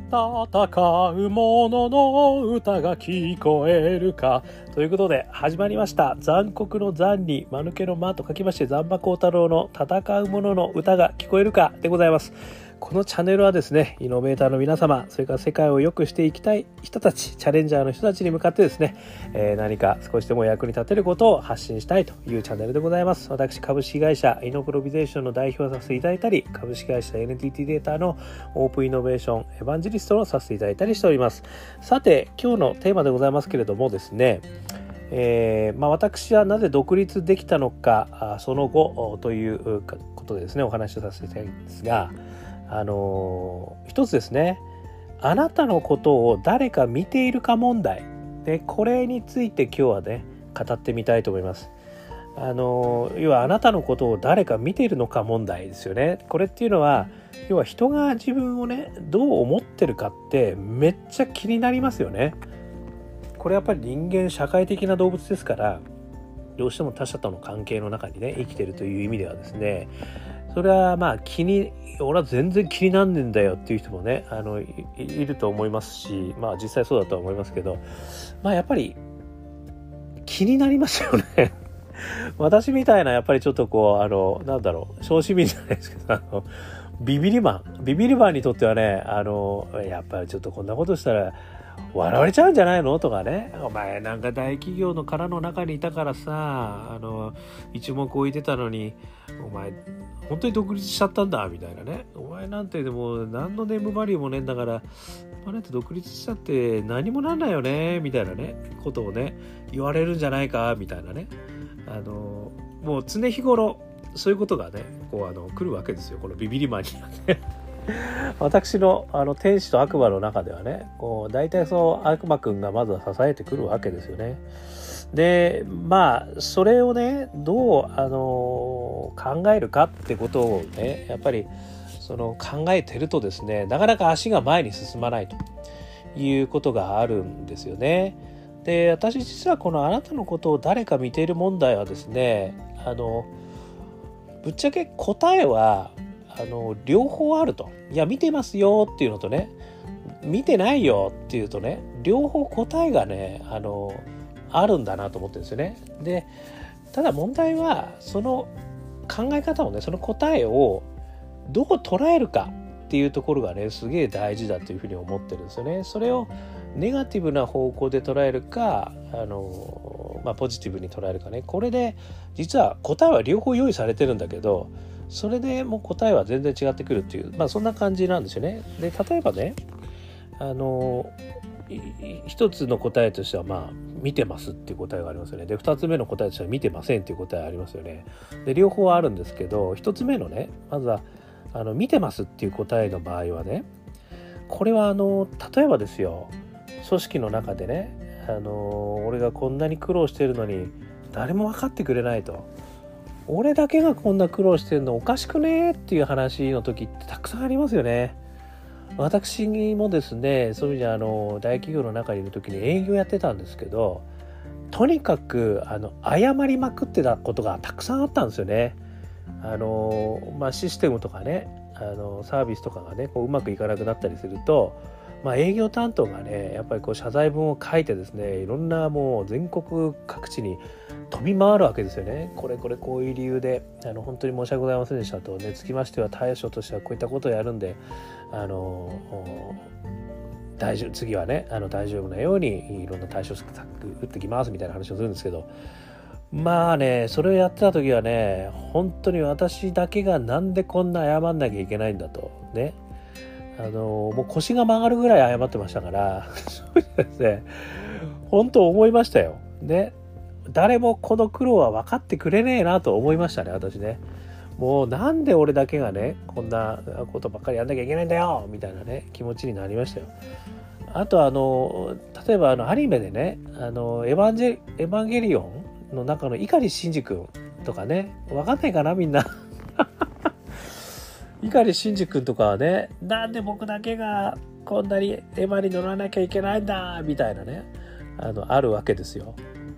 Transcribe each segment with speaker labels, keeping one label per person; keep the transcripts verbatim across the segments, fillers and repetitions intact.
Speaker 1: 戦う者の歌が聞こえるかということで始まりました。残酷の残に間抜けの間と書きまして、残馬高太郎の戦う者の歌が聞こえるかでございます。このチャンネルはですね、イノベーターの皆様、それから世界を良くしていきたい人たち、チャレンジャーの人たちに向かってですね、えー、何か少しでも役に立てることを発信したいというチャンネルでございます。私、株式会社イノプロビゼーションの代表をさせていただいたり、株式会社 エヌティーティー データのオープンイノベーションエヴァンジェリストをさせていただいたりしております。さて、今日のテーマでございますけれどもですね、えーまあ、私はなぜ独立できたのか、その後ということでですね、お話をさせていただきたいんですが、あのー、一つですね、あなたのことを誰か見ているか問題で、これについて今日はね語ってみたいと思います。あのー、要はあなたのことを誰か見ているのか問題ですよね。これっていうのは、要は人が自分をねどう思ってるかってめっちゃ気になりますよね。これやっぱり人間社会的な動物ですから、どうしても他者との関係の中にね生きてるという意味ではですね、それはまあ気に俺は全然気になんねんだよっていう人もねあの い, いると思いますし、まあ実際そうだとは思いますけど、まあやっぱり気になりますよね私みたいなやっぱりちょっとこうあのなんだろう小市民じゃないですけど、あのビビリマンビビリマンにとってはね、あのやっぱりちょっとこんなことしたら笑われちゃうんじゃないのとかね、お前なんか大企業の殻の中にいたからさ、あの一目置いてたのにお前本当に独立しちゃったんだみたいなね、お前なんてでも何のネームバリューもねえんだから、お前なんて独立しちゃって何もなんないよねみたいなねことをね言われるんじゃないかみたいなね、あのもう常日頃そういうことがねこうあの来るわけですよ、このビビリマンになって私のあの天使と悪魔の中ではね、こう大体その悪魔くんがまずは支えてくるわけですよね。でまあそれをねどうあの考えるかってことをねやっぱりその考えてるとですね、なかなか足が前に進まないということがあるんですよね。で私実はこのあなたのことを誰か見ている問題はですね、あのぶっちゃけ答えはあの両方あると。いや見てますよっていうのとね、見てないよっていうとね、両方答えがねあのあるんだなと思ってるんですよね。でただ問題はその考え方をね、その答えをどう捉えるかっていうところがねすげえ大事だというふうに思ってるんですよね。それをネガティブな方向で捉えるか、あの、まあ、ポジティブに捉えるかね、これで実は答えは両方用意されてるんだけど、それでもう答えは全然違ってくるっていう、まあそんな感じなんですよね。で例えばね、あの一つの答えとしてはまあ見てますっていう答えがありますよね。で二つ目の答えとしては見てませんっていう答えがありますよね。で両方あるんですけど、一つ目のねまずはあの見てますっていう答えの場合はね、これはあの例えばですよ、組織の中でね、あの俺がこんなに苦労してるのに誰も分かってくれないと、俺だけがこんな苦労してるのおかしくねっていう話の時ってたくさんありますよね。私もですね、そういう意味であの大企業の中にいる時に営業やってたんですけど、とにかくあの謝りまくってたことがたくさんあったんですよね。あの、まあ、システムとかね、あのサービスとかがねこううまくいかなくなったりすると、まあ、営業担当がねやっぱりこう謝罪文を書いてですね、いろんなもう全国各地に飛び回るわけですよね。これこれこういう理由であの本当に申し訳ございませんでしたと、ね、つきましては対処としてはこういったことをやるんで、あの大丈夫次はねあの大丈夫なようにいろんな対処策打ってきますみたいな話をするんですけど、まあねそれをやってた時はね本当に私だけがなんでこんな謝んなきゃいけないんだとね、あのもう腰が曲がるぐらい謝ってましたからそうですね、本当思いましたよね。誰もこの苦労は分かってくれねえなと思いましたね、私ね。もうなんで俺だけがねこんなことばっかりやんなきゃいけないんだよみたいなね気持ちになりましたよ。あとあの例えばあのアニメでね、あのエヴァンジェエヴァンゲリオンの中の碇シンジ君とかね、分かんないかなみんな碇シンジ君とかはね、なんで僕だけがこんなにエヴァに乗らなきゃいけないんだみたいなね、あのあるわけですよ。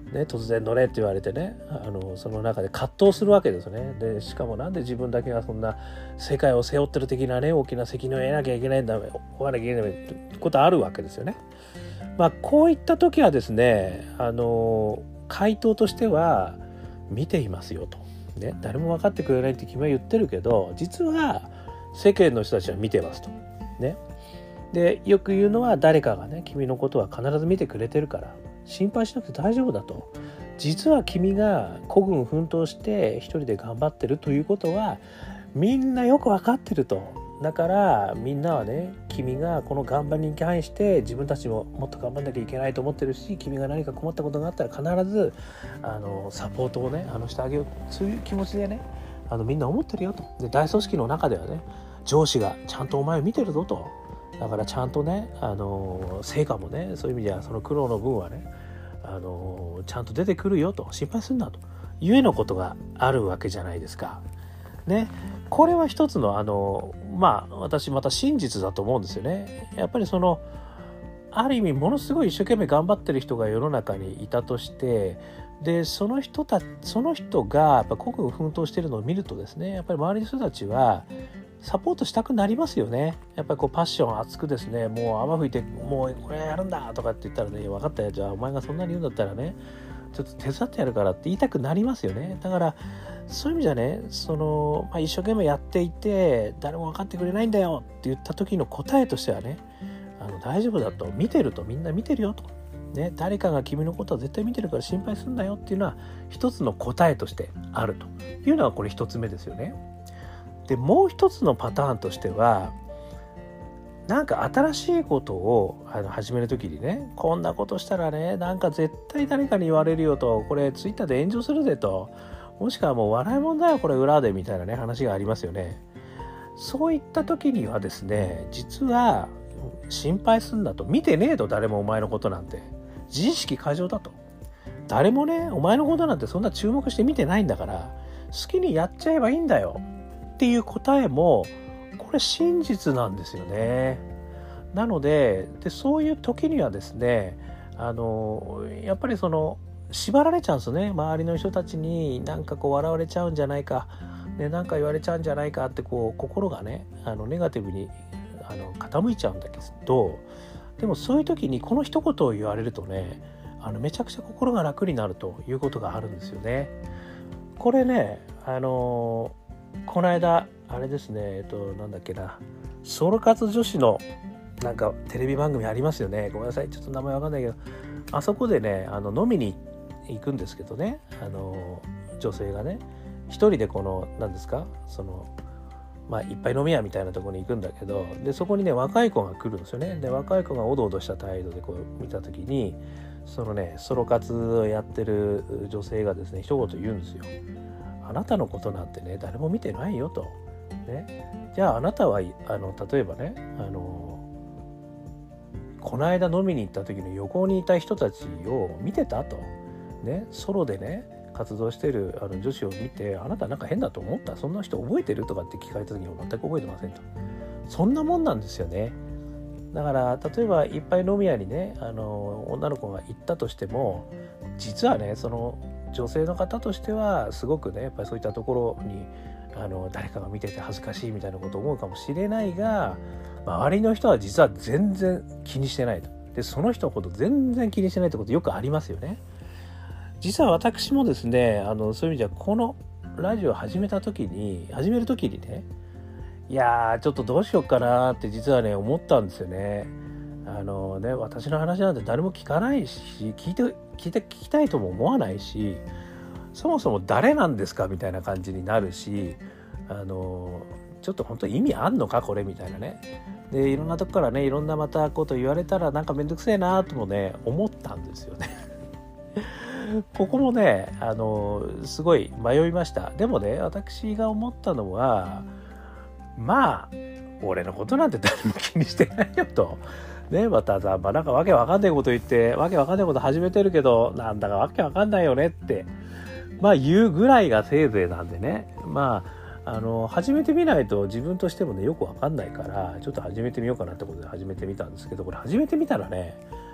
Speaker 1: ね、突然乗れって言われてね、あのその中で葛藤するわけですね。でしかもなんで自分だけがそんな世界を背負ってる的なね大きな責任を得なきゃいけないんだ負わなきゃいけないってことあるわけですよね。まあこういった時はですね、あの回答としては見ていますよと、ね、誰も分かってくれないって君は言ってるけど実は世間の人たちは見てますとね。でよく言うのは誰かがね君のことは必ず見てくれてるから心配しなくて大丈夫だと。実は君が孤軍奮闘して一人で頑張ってるということはみんなよく分かってると。だからみんなはね君がこの頑張りに関して自分たちももっと頑張んなきゃいけないと思ってるし、君が何か困ったことがあったら必ずあのサポートをねあのしてあげよう、そういう気持ちでねあのみんな思ってるよと。で大組織の中ではね上司がちゃんとお前を見てるぞと。だからちゃんとねあの成果もねそういう意味ではその苦労の分はねあのちゃんと出てくるよと、心配するなというようなことがあるわけじゃないですかね。これは一つのあのまあ私また真実だと思うんですよね。やっぱりそのある意味ものすごい一生懸命頑張ってる人が世の中にいたとして、でその人たその人がやっぱ孤軍奮闘しているのを見るとですね、やっぱり周りの人たちはサポートしたくなりますよね。やっぱりこうパッション熱くですね、もう雨吹いてもうこれやるんだとかって言ったらね、分かったよ、じゃあお前がそんなに言うんだったらねちょっと手伝ってやるからって言いたくなりますよね。だからそういう意味じゃね、その、まあ、一生懸命やっていて誰も分かってくれないんだよって言った時の答えとしてはね、あの大丈夫だと、見てると、みんな見てるよと、ね、誰かが君のことは絶対見てるから心配するんだよっていうのは一つの答えとしてあるというのはこれ一つ目ですよね。でもう一つのパターンとしては、なんか新しいことをあの始めるときにね、こんなことしたらねなんか絶対誰かに言われるよと、これツイッターで炎上するぜと、もしくはもう笑い物だよこれ裏でみたいなね話がありますよね。そういった時にはですね、実は心配すんだと、見てねえと誰もお前のことなんて、自意識過剰だと、誰もねお前のことなんてそんな注目して見てないんだから好きにやっちゃえばいいんだよっていう答えもこれ真実なんですよね。なので、でそういう時にはですね、あのやっぱりその縛られちゃうんですよね。周りの人たちになんかこう笑われちゃうんじゃないか、ね、なんか言われちゃうんじゃないかってこう心がねあのネガティブにあの傾いちゃうんだけど、でもそういう時にこの一言を言われるとね、あのめちゃくちゃ心が楽になるということがあるんですよね。これね、あのこの間あれですね、えっとなんだっけな、ソロ活女子のなんかテレビ番組ありますよね。ごめんなさい、ちょっと名前わかんないけど、あそこでねあの飲みに行くんですけどね、あの女性がね一人でこの何ですか、そのまあいっぱい飲み屋みたいなところに行くんだけど、でそこにね若い子が来るんですよね。で若い子がおどおどした態度でこう見た時に、そのねソロ活をやってる女性がですね一言言うんですよ。あなたのことなんてね誰も見てないよと、ね、じゃああなたはあの例えばねあのこの間飲みに行った時の横にいた人たちを見てたと、ね、ソロでね活動してるあの女子を見て、あなたなんか変だと思った、そんな人覚えてるとかって聞かれた時に全く覚えてませんと。そんなもんなんですよね。だから例えばいっぱい飲み屋にねあの女の子が行ったとしても、実はねその女性の方としてはすごくねやっぱりそういったところにあの誰かが見てて恥ずかしいみたいなことを思うかもしれないが、周りの人は実は全然気にしてないと。でその人のこと全然気にしてないってことよくありますよね。実は私もですねあのそういう意味ではこのラジオを始めた時に始める時にね、いやーちょっとどうしようかなって実はね思ったんですよね。あのね私の話なんて誰も聞かないし、聞いて聞いて聞きたいとも思わないし、そもそも誰なんですかみたいな感じになるし、あのちょっと本当に意味あんのかこれみたいなね。でいろんなとこからねいろんなまたこと言われたらなんかめんどくせえなともね思ったんですよねここもねあのすごい迷いました。でもね私が思ったのは、まあ俺のことなんて誰も気にしてないよとね、またさ、まあ、なんかわけわかんないこと言ってわけわかんないこと始めてるけどなんだかわけわかんないよねってまあ言うぐらいがせいぜいなんでね、まああの始めてみないと自分としてもねよくわかんないから、ちょっと始めてみようかなってことで始めてみたんですけど、これ始めてみたらね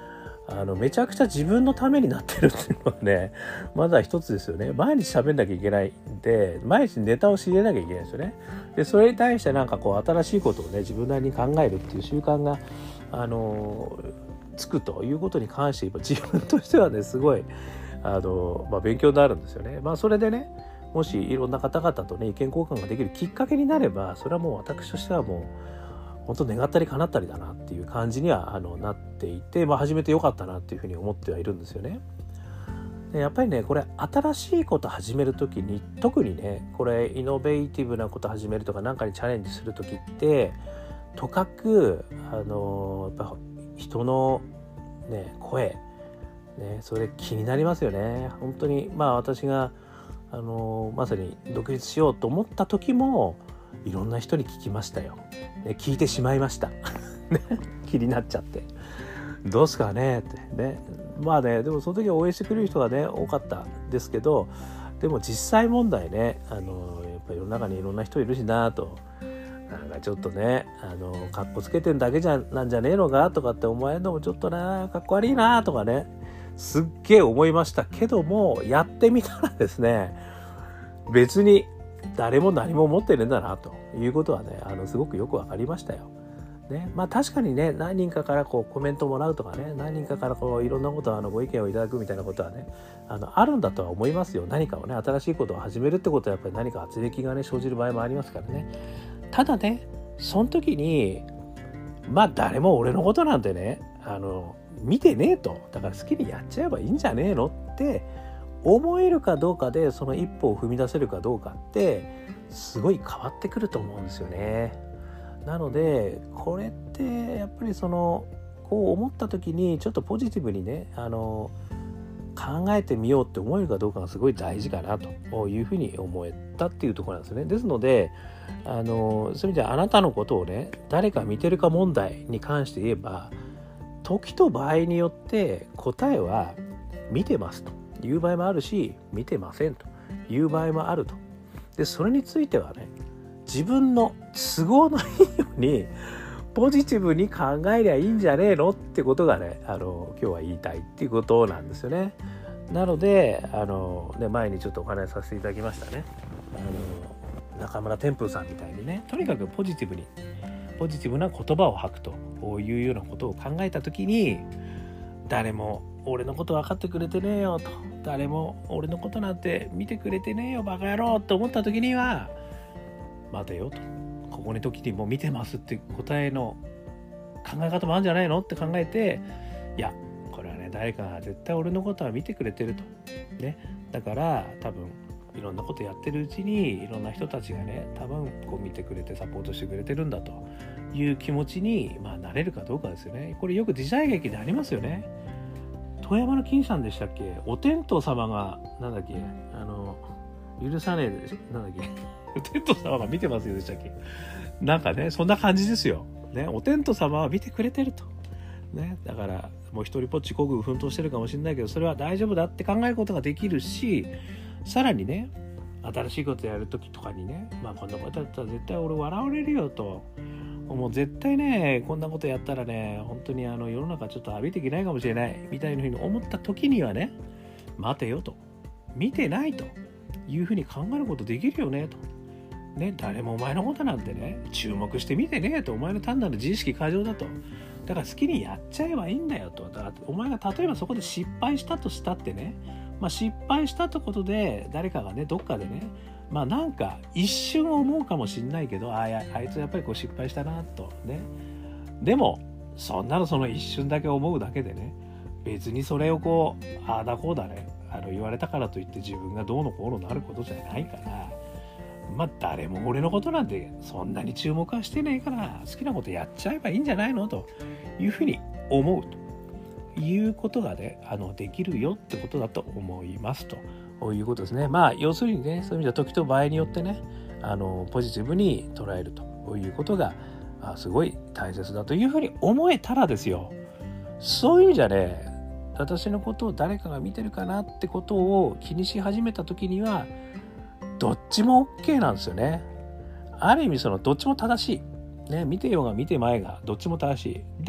Speaker 1: あのめちゃくちゃ自分のためになってるっていうのはね、まずは一つですよね。毎日喋んなきゃいけないんで、毎日ネタを仕入れなきゃいけないですよね。でそれに対してなんかこう新しいことをね自分なりに考えるっていう習慣があのつくということに関して自分としてはねすごいあの、まあ、勉強になるんですよね。まあそれでね、もしいろんな方々とね意見交換ができるきっかけになれば、それはもう私としてはもう本当願ったり叶ったりだなっていう感じにはあのなっていて、まあ、始めてよかったなっていうふうに思ってはいるんですよね。でやっぱりねこれ新しいこと始めるときに、特にねこれイノベーティブなこと始めるとか何かにチャレンジするときって、とかくあのやっぱ人のね声ね、それ気になりますよね。本当にまあ私があのまさに独立しようと思った時もいろんな人に聞きましたよ、ね、聞いてしまいました気になっちゃってどうすかねってね。まあね、でもその時は応援してくれる人がね多かったですけど、でも実際問題ね、あのやっぱり世の中にいろんな人いるしなと、なんかちょっとねあのかっこつけてんだけじゃなんじゃねえのかとかって思えるのもちょっとなかっこ悪いなとかね、すっげえ思いましたけども、やってみたらですね、別に誰も何も思ってるんだなということはね、あのすごくよくわかりましたよ。ね、まあ確かにね、何人かからこうコメントもらうとかね、何人かからこういろんなことあのご意見をいただくみたいなことはね、あのあるんだとは思いますよ。何かをね、新しいことを始めるってことはやっぱり何か圧力がね生じる場合もありますからね。ただね、その時にまあ誰も俺のことなんてね、あの見てねえと、だから好きにやっちゃえばいいんじゃねえのって思えるかどうかで、その一歩を踏み出せるかどうかってすごい変わってくると思うんですよね。なのでこれってやっぱりそのこう思った時にちょっとポジティブにね、あの考えてみようって思えるかどうかがすごい大事かなというふうに思えたっていうところなんですね。ですのであのそういう意味ではあなたのことをね誰か見てるか問題に関して言えば、時と場合によって答えは見てますという場合もあるし、見てませんという場合もあると。でそれについてはね、自分の都合のいいようにポジティブに考えりゃいいんじゃねえのってことがね、あの今日は言いたいっていうことなんですよね。なのであので前にちょっとお話しさせていただきましたね、あの中村天風さんみたいにね、とにかくポジティブにポジティブな言葉を吐くというようなことを考えたときに、誰も俺のこと分かってくれてねえよと、誰も俺のことなんて見てくれてねえよバカ野郎と思ったときには、待てよと、ここに時にもう見てますって答えの考え方もあるんじゃないのって考えて、いやこれはね誰かが絶対俺のことは見てくれてるとね、だから多分いろんなことやってるうちにいろんな人たちがね多分こう見てくれてサポートしてくれてるんだという気持ちに、まあ、なれるかどうかですよね。これよく時代劇でありますよね。遠山の金さんでしたっけ、お天道様がなんだっけ、あの許さねえでしょ、なんだっけお天道様が見てますよでしたっけ、なんかねそんな感じですよね。お天道様は見てくれてるとね、だからもう一人ぽっち孤軍奮闘してるかもしれないけど、それは大丈夫だって考えることができるし、さらにね新しいことやるときとかにね、まあこんなことやったら絶対俺笑われるよと、もう絶対ねこんなことやったらね本当にあの世の中ちょっと歩いていけないかもしれないみたいなふうに思ったときにはね、待てよと、見てないというふうに考えることできるよねとね、誰もお前のことなんてね注目して見てねえと、お前の単なる自意識過剰だと、だから好きにやっちゃえばいいんだよと。だからお前が例えばそこで失敗したとしたってね、まあ、失敗したってことで誰かがねどっかでね、まあなんか一瞬思うかもしんないけど、あああいつやっぱりこう失敗したなとね、でもそんなのその一瞬だけ思うだけでね、別にそれをこうああだこうだねあの言われたからといって自分がどうのこうのなることじゃないから、まあ誰も俺のことなんてそんなに注目はしてないから好きなことやっちゃえばいいんじゃないのというふうに思うということがね、あのできるよってことだと思いますということですね。まあ要するにね、そういう意味では時と場合によってね、あのポジティブに捉えるということがすごい大切だというふうに思えたらですよ、そういう意味じゃね、私のことを誰かが見てるかなってことを気にし始めた時にはどっちも OK なんですよね。ある意味そのどっちも正しい、ね、見てようが見てまいがどっちも正しいで、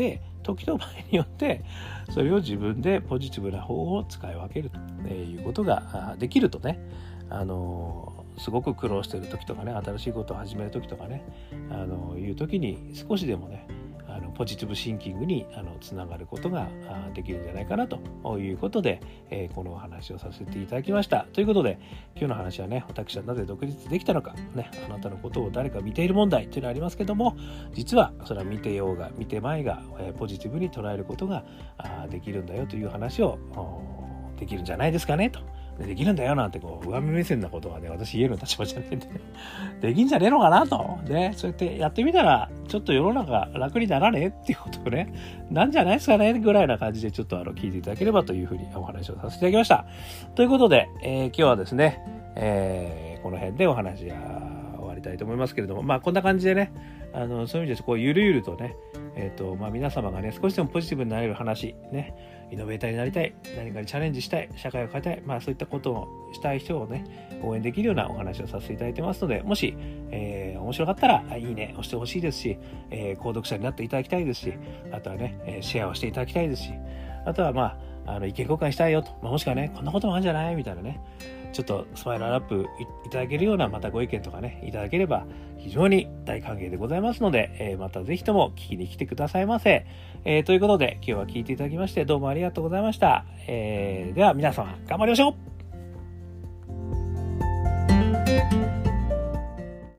Speaker 1: 時と場合によってそれを自分でポジティブな方を使い分けるということができるとね、あのすごく苦労している時とかね、新しいことを始める時とかね、あのいう時に少しでもね、あのポジティブシンキングにあのつながることができるんじゃないかなということで、えー、このお話をさせていただきました。ということで今日の話はね、私はなぜ独立できたのかね、あなたのことを誰か見ている問題というのはありますけども、実はそれは見てようが見てまいが、えー、ポジティブに捉えることができるんだよという話をできるんじゃないですかねと。できるんだよなんてこう上目線なことはね、私言える立場じゃないんで、ね、できんじゃねえのかなとね、そうやってやってみたらちょっと世の中楽にならねえっていうことをね、なんじゃないですかねぐらいな感じでちょっとあの聞いていただければというふうにお話をさせていただきました。ということで、えー、今日はですね、えー、この辺でお話は終わりたいと思いますけれども、まあこんな感じでね、あのそういう意味でこうゆるゆるとね、えーとまあ、皆様がね少しでもポジティブになれる話ね、イノベーターになりたい、何かにチャレンジしたい、社会を変えたい、まあそういったことをしたい人をね応援できるようなお話をさせていただいてますので、もし、えー、面白かったらいいね押してほしいですし、えー、購読者になっていただきたいですし、あとはねシェアをしていただきたいですし、あとはまああの意見交換したいよと、まあ、もしくはねこんなこともあるんじゃないみたいなね、ちょっとスパイラルアップ い, いただけるようなまたご意見とかねいただければ非常に大歓迎でございますので、えー、またぜひとも聞きに来てくださいませ、えー、ということで今日は聞いていただきましてどうもありがとうございました、えー、では皆様頑張りましょう。